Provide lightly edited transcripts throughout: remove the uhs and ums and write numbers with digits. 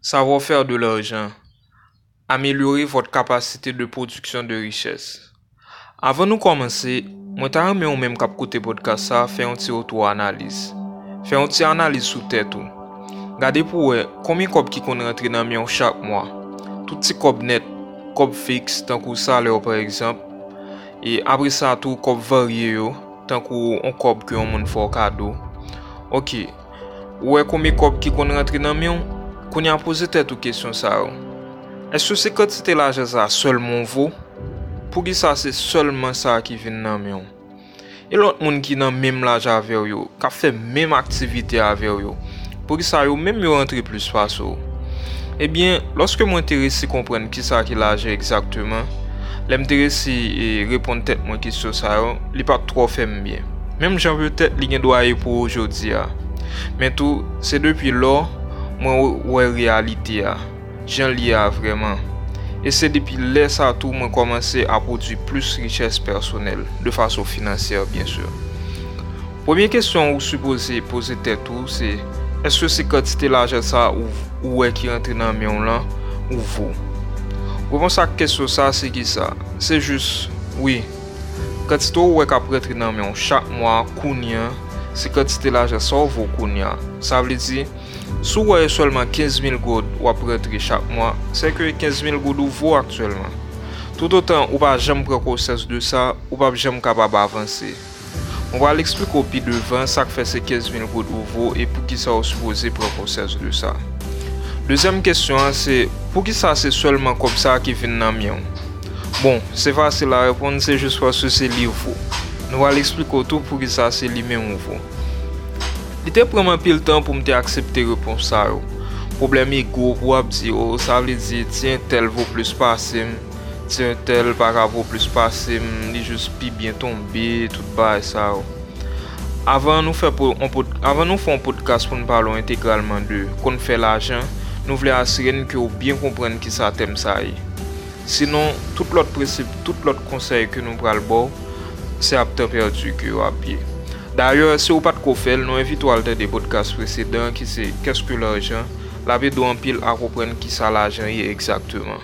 Savoir faire de l'argent. Améliorer votre capacité de production de richesse. Avant de commencer, moi t'ai remis au même cap côté podcast ça, faire un petit auto-analyse. Faire un petit analyse sous tête tout. Regardez pour voir combien de qui qu'on rentre dans mion chaque mois. Tout petit cob net, cob fixe, tant que salaire par exemple. Et après ça tout cob varié yo, tant que on cob que on monde fait cadeau. OK. Ouais combien de cob qui qu'on rentre dans mion? Qu'on y a posé tête aux questions ça. Est-ce que c'est quantité l'argent ça seulement vaut? Pour qui ça c'est seulement ça qui vient dans mion? Et l'autre monde qui dans même l'argent avec yo, qui fait même activité avec yo. Pour qui ça yo même yo rentre plus face. Eh bien, lorsque m'intéresse comprendre qui ça qui l'argent exactement, l'intéresse et répondre tête mon question ça, il pas trop fait bien. Même j'en veux peut-être li doit pour aujourd'hui. Mais tout c'est depuis là moi ouais réalité j'en lis vraiment. Et c'est depuis là ça tout moi commencé à produire plus richesse personnelle de façon financière bien sûr. Première question ou supposé poser tête tout c'est est-ce que c'est quantité l'argent ça ou est qui rentre dans mion là ou vous? Réponse à question ça c'est qui ça? C'est juste oui. Quantité ou est qui rentre dans mion chaque mois kounya c'est quantité l'argent ça vaut kounya. Ça veut dire si vous avez seulement 15 000 goud ou après chaque mois, c'est que 15 000 goud vaut actuellement. Tout autant, ou pas jamais prendre conscience de ça, ou pas jamais capable d'avancer. On va l'expliquer au pied devant, ça fait ces 15 000 goud vaut et pour qui ça est supposé prendre conscience de ça. Deuxième question, c'est pour qui ça c'est seulement comme ça qui vient dans mion. Bon, c'est facile à répondre, c'est juste parce que c'est livre. Nous allons l'expliquer tout pour qui ça c'est lui-même vaut. Il était vraiment pile temps pour me accepter réponse ça. Problème est gros pour dire ça veut dire tiens tel vaut plus passer, tiens tel pas vaut plus passer, il juste pi bien tomber tout bas ça. Avant nous faire un podcast pour nous parler intégralement de qu'on fait l'argent, nous voulons assurer que vous bien comprendre qui ça thème ça. Sinon tout l'autre principe, tout l'autre conseil que nous prenons c'est à temps perdu que à pied. D'ailleurs, si vous n'avez pas de faire, nous invitons à des podcasts précédents qui c'est qu'est-ce que l'argent, la vidéo en pile à comprendre qui ça l'argent est exactement.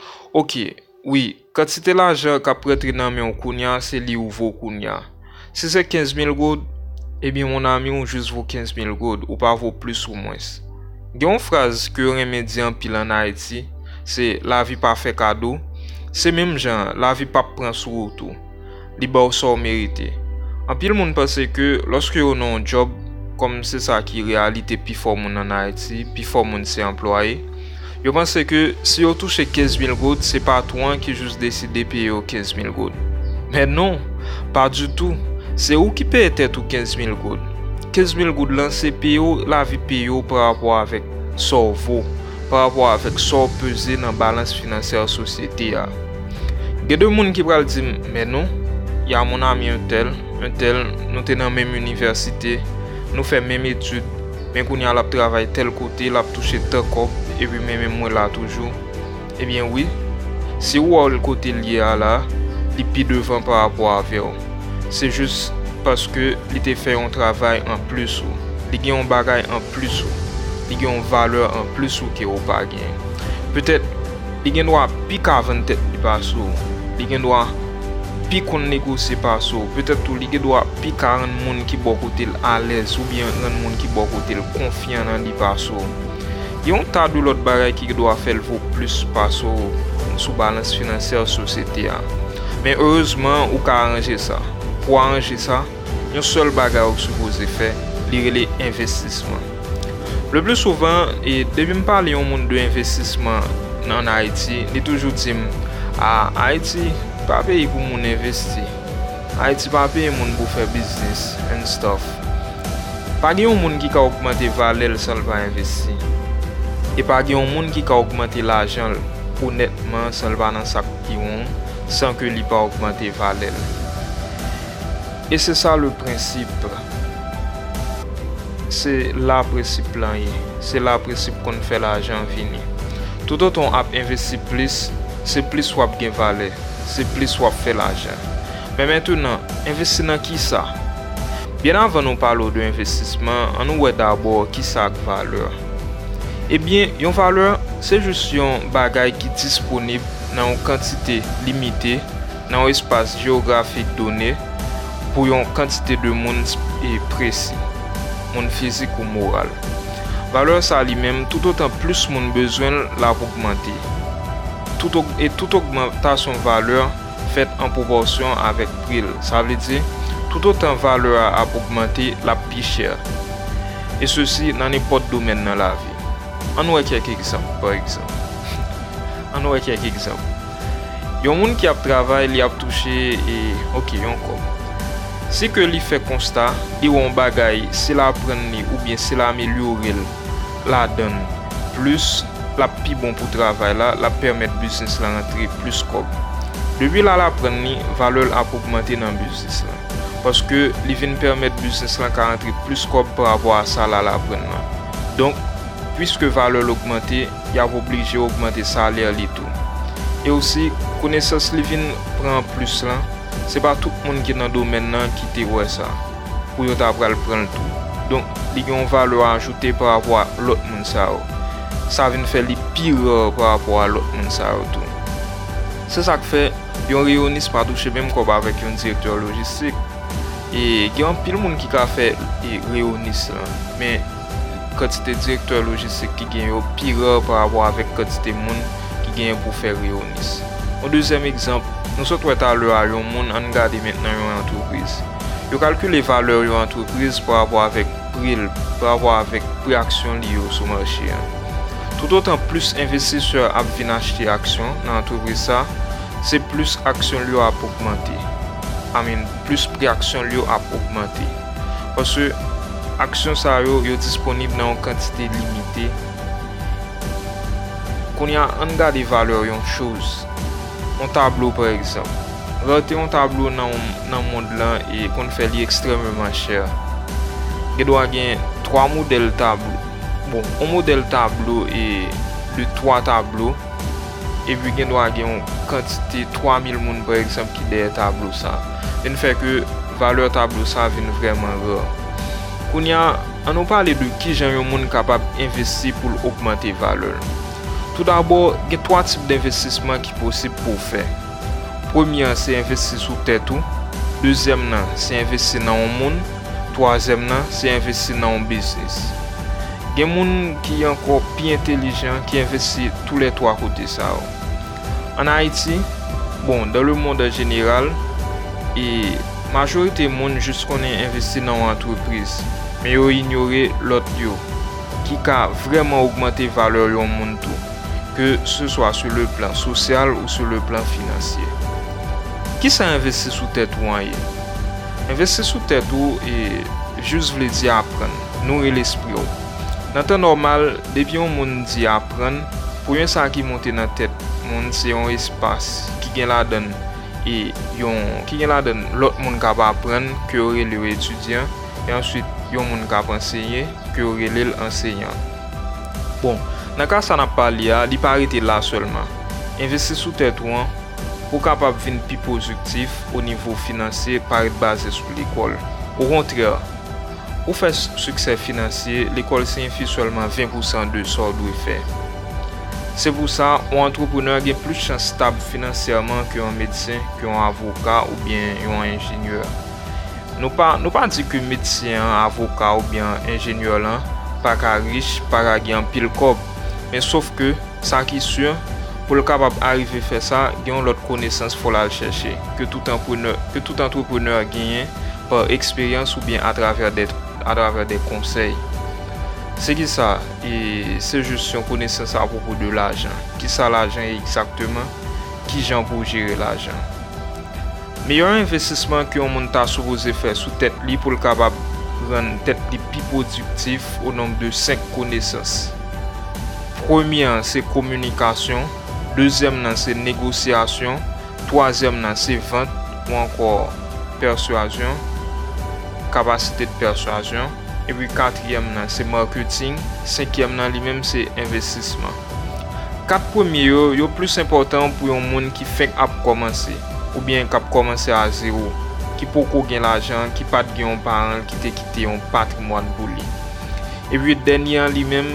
Ok, oui, quand c'était l'argent qui a prêté dans mon kounya, c'est li ou vaut kounya. Si c'est 15 000 goud, eh bien mon ami ou juste vaut 15 000 goud ou pas vaut plus ou moins. Il y a une phrase que on aime dire en pile en Haïti, c'est la vie pas fait cadeau. C'est même genre, la vie pas prend sur tout. Li ba ça mérité. En pile monde pense que lorsque on a un job comme c'est ça qui réalité plus fort moun en Haïti, plus fort moun c'est employé. Je pense que si on touche 15 000 goud, c'est pas toi qui juste décide de payer 15 000 goud. Mais non, pas du tout. C'est où qui paye tête ou 15 000 goud. 15 000 goud là c'est payer la vie payer par rapport avec ça vaut, par rapport avec ça peser dans balance financière société. Il y a deux monde qui pral dire mais non, il y a mon ami un tel, nous sommes dans la même université, nous faisons même études, mais qu'on y a travail tel côté, l'a touché tel cop, et puis même moi là toujours. Eh bien oui, si vous avez le côté lié à là, il est devant par rapport à vous. C'est juste parce que il a fait un travail en plus, il a un bagage en plus, il a une valeur en plus que vous pas gagné. Peut-être il doit piquer avant tête il passe, il doit puis qu'on négocie pas ça, peut-être tout li doit puis rendre monde qui bon côté à l'aise ou bien rendre monde qui bon côté confiant dans li pas ça. Il y a un tas de l'autre bagaille qui doit faire vaut plus pas ça sous balance financière société. Mais heureusement ou ka arranger ça. Pour arranger ça, un seul bagaille que supposé faire, les investissement. Le plus souvent et depuis me parler au monde de investissement en Haïti, il toujours dit à Haïti pas payer pour mon investir. Haïti pas payer mon pour faire business and stuff. Pas gen yon moun qui ka augmenter valeur sans pas investir. Et pas gen yon moun qui ka augmenter l'argent honnêtement sans pas dans sac qui on sans que li pas augmenter valeur. Et c'est ça le principe. C'est la principe là, c'est la principe qu'on fait l'argent venir. Tout autant on a investi plus, c'est plus soit gain valeur. C'est plus soit fait l'argent. Mais maintenant, investir dans qui ça? Bien avant nous parler de investissement, on nous voit d'abord qui ça a valeur. Eh bien, yon valeur, c'est juste yon bagay qui disponible dans une quantité limitée, dans un espace géographique donné, pour une quantité de monde précis, monde physique ou moral. Valeur ça lui-même, tout autant plus monde besoin la pour augmenter. Toute augmentation de valeur faite en proportion avec prix. Ça veut dire, tout autant valeur à augmenter la plus chère. Et ceci dans n'importe domaine dans la vie. On voit quelques exemples, par exemple. On voit quelques exemples. Il y a un monde qui a travaillé, il a touché et ok, encore. Si que lui fait constat, il y a un bagay, si la prendre ou bien si la améliorer la donne plus la plus bon pour travail là, la permettre business la rentrer plus comme. Depuis là la prendre valeur a augmenter dans business là. Parce que il vient permettre business là rentrer plus comme par rapport à ça là la prendre. Donc puisque valeur augmenter, il y a obligé augmenter salaire et tout. Et aussi connaissance li vinn prend plus là, c'est pas tout le monde qui est dans le domaine là qui te ouais ça pour yo ta pral prendre tout. Donc li gen valeur ajoutée par rapport à l'autre monde ça vient faire li pire par rapport à l'autre monde ça tout. C'est ça que fait yon réunissent pas toucher même comme avec un directeur logistique et il y a un pile monde qui a fait réunissent là mais quantité directeur logistique qui gagne pire par rapport avec quantité monde qui gagne pour faire réunissent. Un deuxième exemple, nous sommes tout à l'heure à un monde en regarde maintenant une entreprise. Yo calcule les valeurs de l'entreprise par rapport avec prix, par rapport avec prix action lié au marché. Tout autant plus investisseurs a venir acheter action dans l'entreprise ça, c'est plus action lié à augmenter. Plus prix action lié à augmenter. Parce que action ça yo disponible dans une quantité limitée. Qu'on y a en regarde les valeurs une chose. Un tableau par exemple. Rater un tableau dans le monde là et qu'on fait extrêmement cher. Il doit avoir 3 modèles tableau. Bon, un modèle tableau et de 3 tableaux. Et puis il doit avoir une quantité 3000 personnes par exemple qui derrière tableau ça. Il fait que valeur tableau ça vient vraiment rare. On nous parle de qui genre de monde capable d'investir pour augmenter valeur. Tout d'abord, il y a 3 types d'investissement qui sont possibles pour faire. Premier, c'est investir sur tête. Deuxième, c'est investir dans un monde. Troisième, c'est investir dans un business. Il y a des gens qui sont encore plus intelligents qui investissent tous les 3 côtés ça. En Haïti, bon, dans le monde en général, et la majorité des gens juste investi dans une entreprise, mais ils ignorent l'autre qui a vraiment augmenté la valeur du monde tout. Que ce soit sur le plan social ou sur le plan financier. Qui s'est investi sous tête ou en investir sous tête ou et juste veut dire apprendre, nourrir l'esprit. Dans le temps normal, depuis on monde dit apprendre, pour un ça qui monte dans tête, monde c'est un espace qui gagne la donne et qui gagne la donne l'autre monde capable apprendre que aurait les étudiants et ensuite yon monde capable enseigner que aurait les enseignants. Bon, dans le cas ça n'a pas lié, il pas arrêter là seulement. Investir sous tête pour capable venir plus positif au niveau financier par être basé sur l'école. Au contraire, pour faire succès financier, l'école signifie seulement 20% de ce qu'on doit faire. C'est pour ça un entrepreneur a plus de chance stable financièrement qu'un médecin, qu'un avocat ou bien un ingénieur. Nous pas dire que médecin, avocat ou bien ingénieur là pas riche, pas gain pile cob. Mais sauf que ça qui est sûr, pour le capable arriver à faire ça, il y a l'autre connaissance faut la chercher que tout entrepreneur gagne par expérience ou bien à travers des conseils. C'est qui ça et c'est juste une connaissance à propos de l'argent. Qui ça l'argent exactement, qui gens pour gérer l'argent. Meilleur investissement que on monde t'a supposé faire sous tête li pour le capable rendre tête li plus productif au nombre de 5 connaissances. Premier, c'est communication. Deuxième, c'est négociation. Troisième, c'est vente ou encore persuasion, capacité de persuasion. Et puis quatrième, c'est marketing. Cinquième, lui-même, c'est investissement. 4 premiers, sont plus important pour un monde qui fait commencer ou bien qui commencer à zéro, qui peut gagner l'argent, qui pas de un parent qui t'a quitté un patrimoine pour lui. Et puis dernier lui-même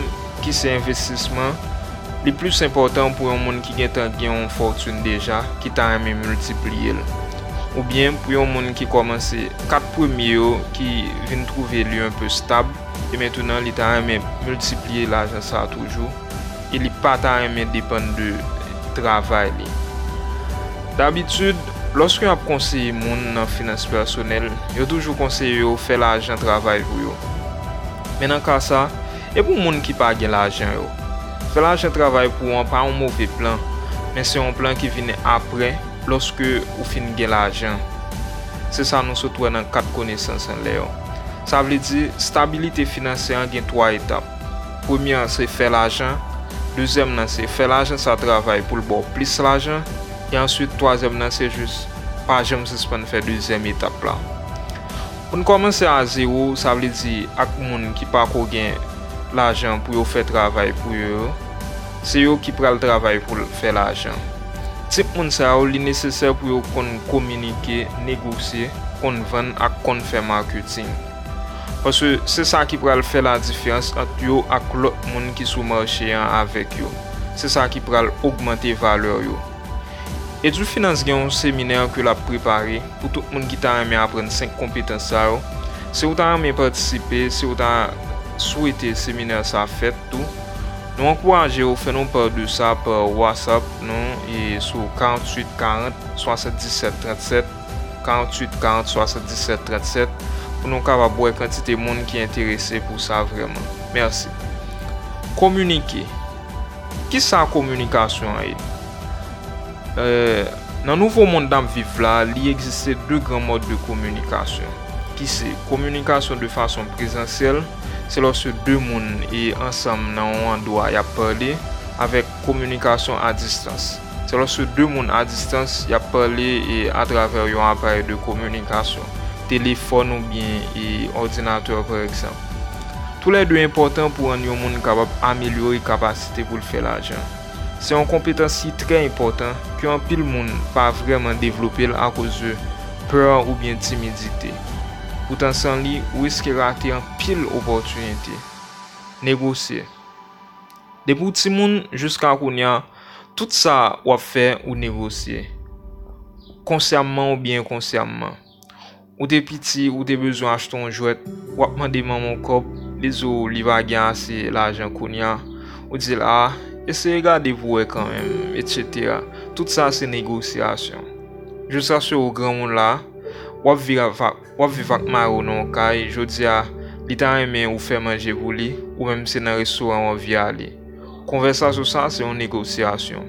qui c'est investissement le plus important pour un monde qui gagne une fortune déjà, qui t'a aimé multiplier. Ou bien pour un monde qui commence 4 premiers qui viennent trouver lui un peu stable et maintenant il t'a aimé multiplier l'argent ça toujours. Il pas t'a aimé dépendre de travail. D'habitude, lorsque on conseille moun dans finance personnelle, yo toujours conseille yo faire l'argent travail pour yo. Mais dans cas ça, et pour moun qui pas gain l'argent yo, faire l'argent travail pour on pas un mauvais plan, mais c'est un plan qui vient après lorsque ou fin gain l'argent. C'est ça nous surtout dans 4 connaissances en l'air. Ça veut dire stabilité financière gain 3 étapes. Première c'est faire l'argent, deuxième c'est faire l'argent ça travail pour le bon plus l'argent. Et ensuite, troisième, c'est juste pas jamais suspendre faire deuxième étape là. Pour commencer à zéro, ça veut dire à moun qui pas gain l'argent pour faire travail pour eux, c'est eux qui prennent le travail pour faire l'argent. Type moun ça est nécessaire pour eux communiquer, négocier, vendre et faire marketing. Parce que c'est ça qui pourra faire la différence entre eux et l'autre monde qui sont marché avec eux. C'est ça qui pourra augmenter valeur yo. Et du finance un séminaire que l'a préparé pour tout le monde qui t'a aimé apprendre 5 compétences ça. Si vous t'a aimé participer, si vous t'a souhaité séminaire ça fait tout. Nous encourageons à faire nous part de ça par WhatsApp nous et sur 48 40 77 37 48 40 77 37 pour nous capable voir quantité de monde qui est intéressé pour ça vraiment. Merci. Communiquer. Qui ça communication est? Dans le nouveau monde dans vivre là, il existe 2 grands modes de communication. Qui c'est communication de façon présentielle, c'est lorsque 2 monde et ensemble dans un endroit y a parlé, avec communication à distance. C'est lorsque 2 monde à distance y a parlé et à travers un appareil de communication, téléphone ou bien et ordinateur par exemple. Tous les deux importants pour un monde capable d'améliorer la capacité pour faire l'argent. C'est une compétence très importante que un pile monde pas vraiment développé à cause de peur ou bien timidité. Pourtant sans lui, vous risquez de rater un pile opportunité. Négocier. Des petits monde jusqu'à kounya, tout ça ou faire ou négocier. Consciemment ou bien inconsciemment. Ou t'es petit ou t'es besoin d'acheter un jouet, ou demander maman cop, les autres li va gagner assez l'argent kounya, ou dire là essayez de regarder vous quand même, etc. Tout ça c'est négociation. Jusqu'à ce au grand monde là, ou vivre avec Maro non kai, je dis à l'état aimé ou faire manger pour lui, ou même c'est dans un restaurant ou via aller. Conversation ça c'est une négociation.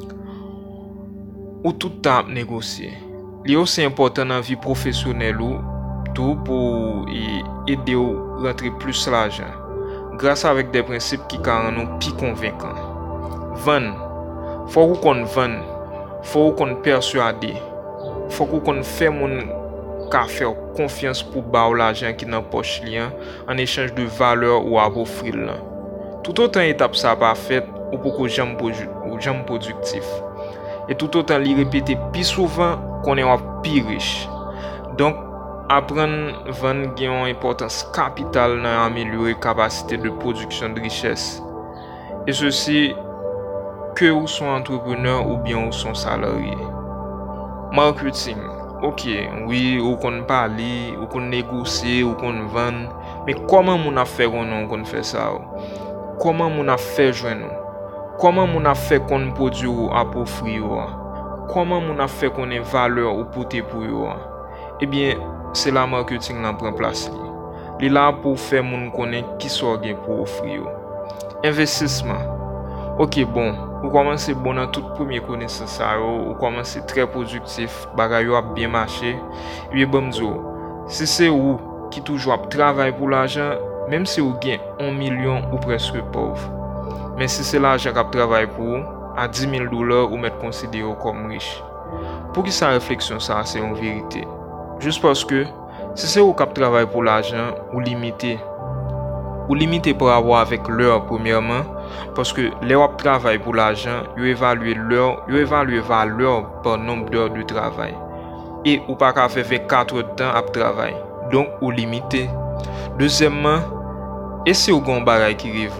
Ou tout temps négocier. Il est aussi important dans la vie professionnelle ou tout pour aider à rentrer plus l'argent. Grâce avec des principes qui rendent nous plus convaincants. Vendre, faut qu'on vende, faut qu'on persuade, faut qu'on fait mon ka faire confiance pour ba l'argent qui dans poche lien en échange de valeur ou à offrir là. Tout autant étape ça pas fait ou pour que j'aime productif. Et tout autant li répéter plus souvent qu'on est plus riche. Donc apprendre vendre gagne une importance capitale dans améliorer capacité de production de richesse. Et ceci que vous sont entrepreneur ou bien vous sont salarié. Marketing. OK, oui, ou qu'on parler, ou qu'on négocier, ou qu'on vendre, mais comment mon affaire on fait ça? Comment mon affaire joindre? Comment mon affaire qu'on produit à offrir? Comment mon affaire qu'on ait valeur ou porter pour yo? Eh bien, c'est la marketing là prend place. Il est là pour faire moun connaît qui soit gain pour offrir. Investissement. OK, bon, vous commencez bon dans toute première connaissance ça, vous commencez très productif, bagay yo a bien marché. Et bien bon si c'est vous qui toujours travaille pour l'argent, même si vous gagnez 1 million ou presque pauvre. Mais si c'est l'argent qui travaille pour vous, à $10,000 vous m'êtes considéré comme riche. Pour qui sa réflexion ça c'est en vérité. Juste parce que si c'est vous qui travaille pour l'argent, vous limitez par rapport avec l'heure premièrement parce que les wap travail pour l'argent, vous évaluez valeur par nombre d'heures de travail et ou pas qu'à faire 24 heures de temps à travail. Donc vous limitez. Deuxièmement, et si vous avez un bagay qui rive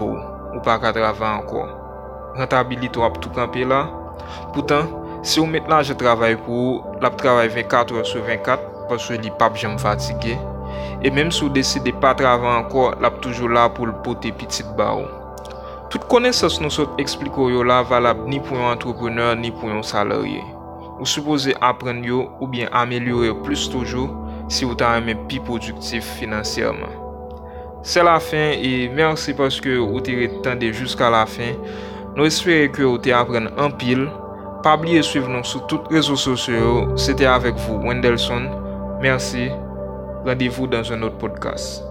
ou pas qu'à travailler encore. Rentabilité ou tout camper là. Pourtant, si vous mettez là je travaille pour la travail 24 heures sur 24 parce que il pas jamais fatigué et même si vous décidez pas travailler encore, la toujours là pour le porter petite barre. Toute connaissance nous sommes expliquer yo là valable ni pour un entrepreneur ni pour un salarié. Vous supposez apprendre yo ou bien améliorer plus toujours si vous êtes plus productif financièrement. C'est la fin et merci parce que vous avez retenu jusqu'à la fin. Nous espérons que vous avez appris en pile. Pas oublier de suivre nous sur tous les réseaux sociaux. C'était avec vous, Wendelson. Merci. Rendez-vous dans un autre podcast.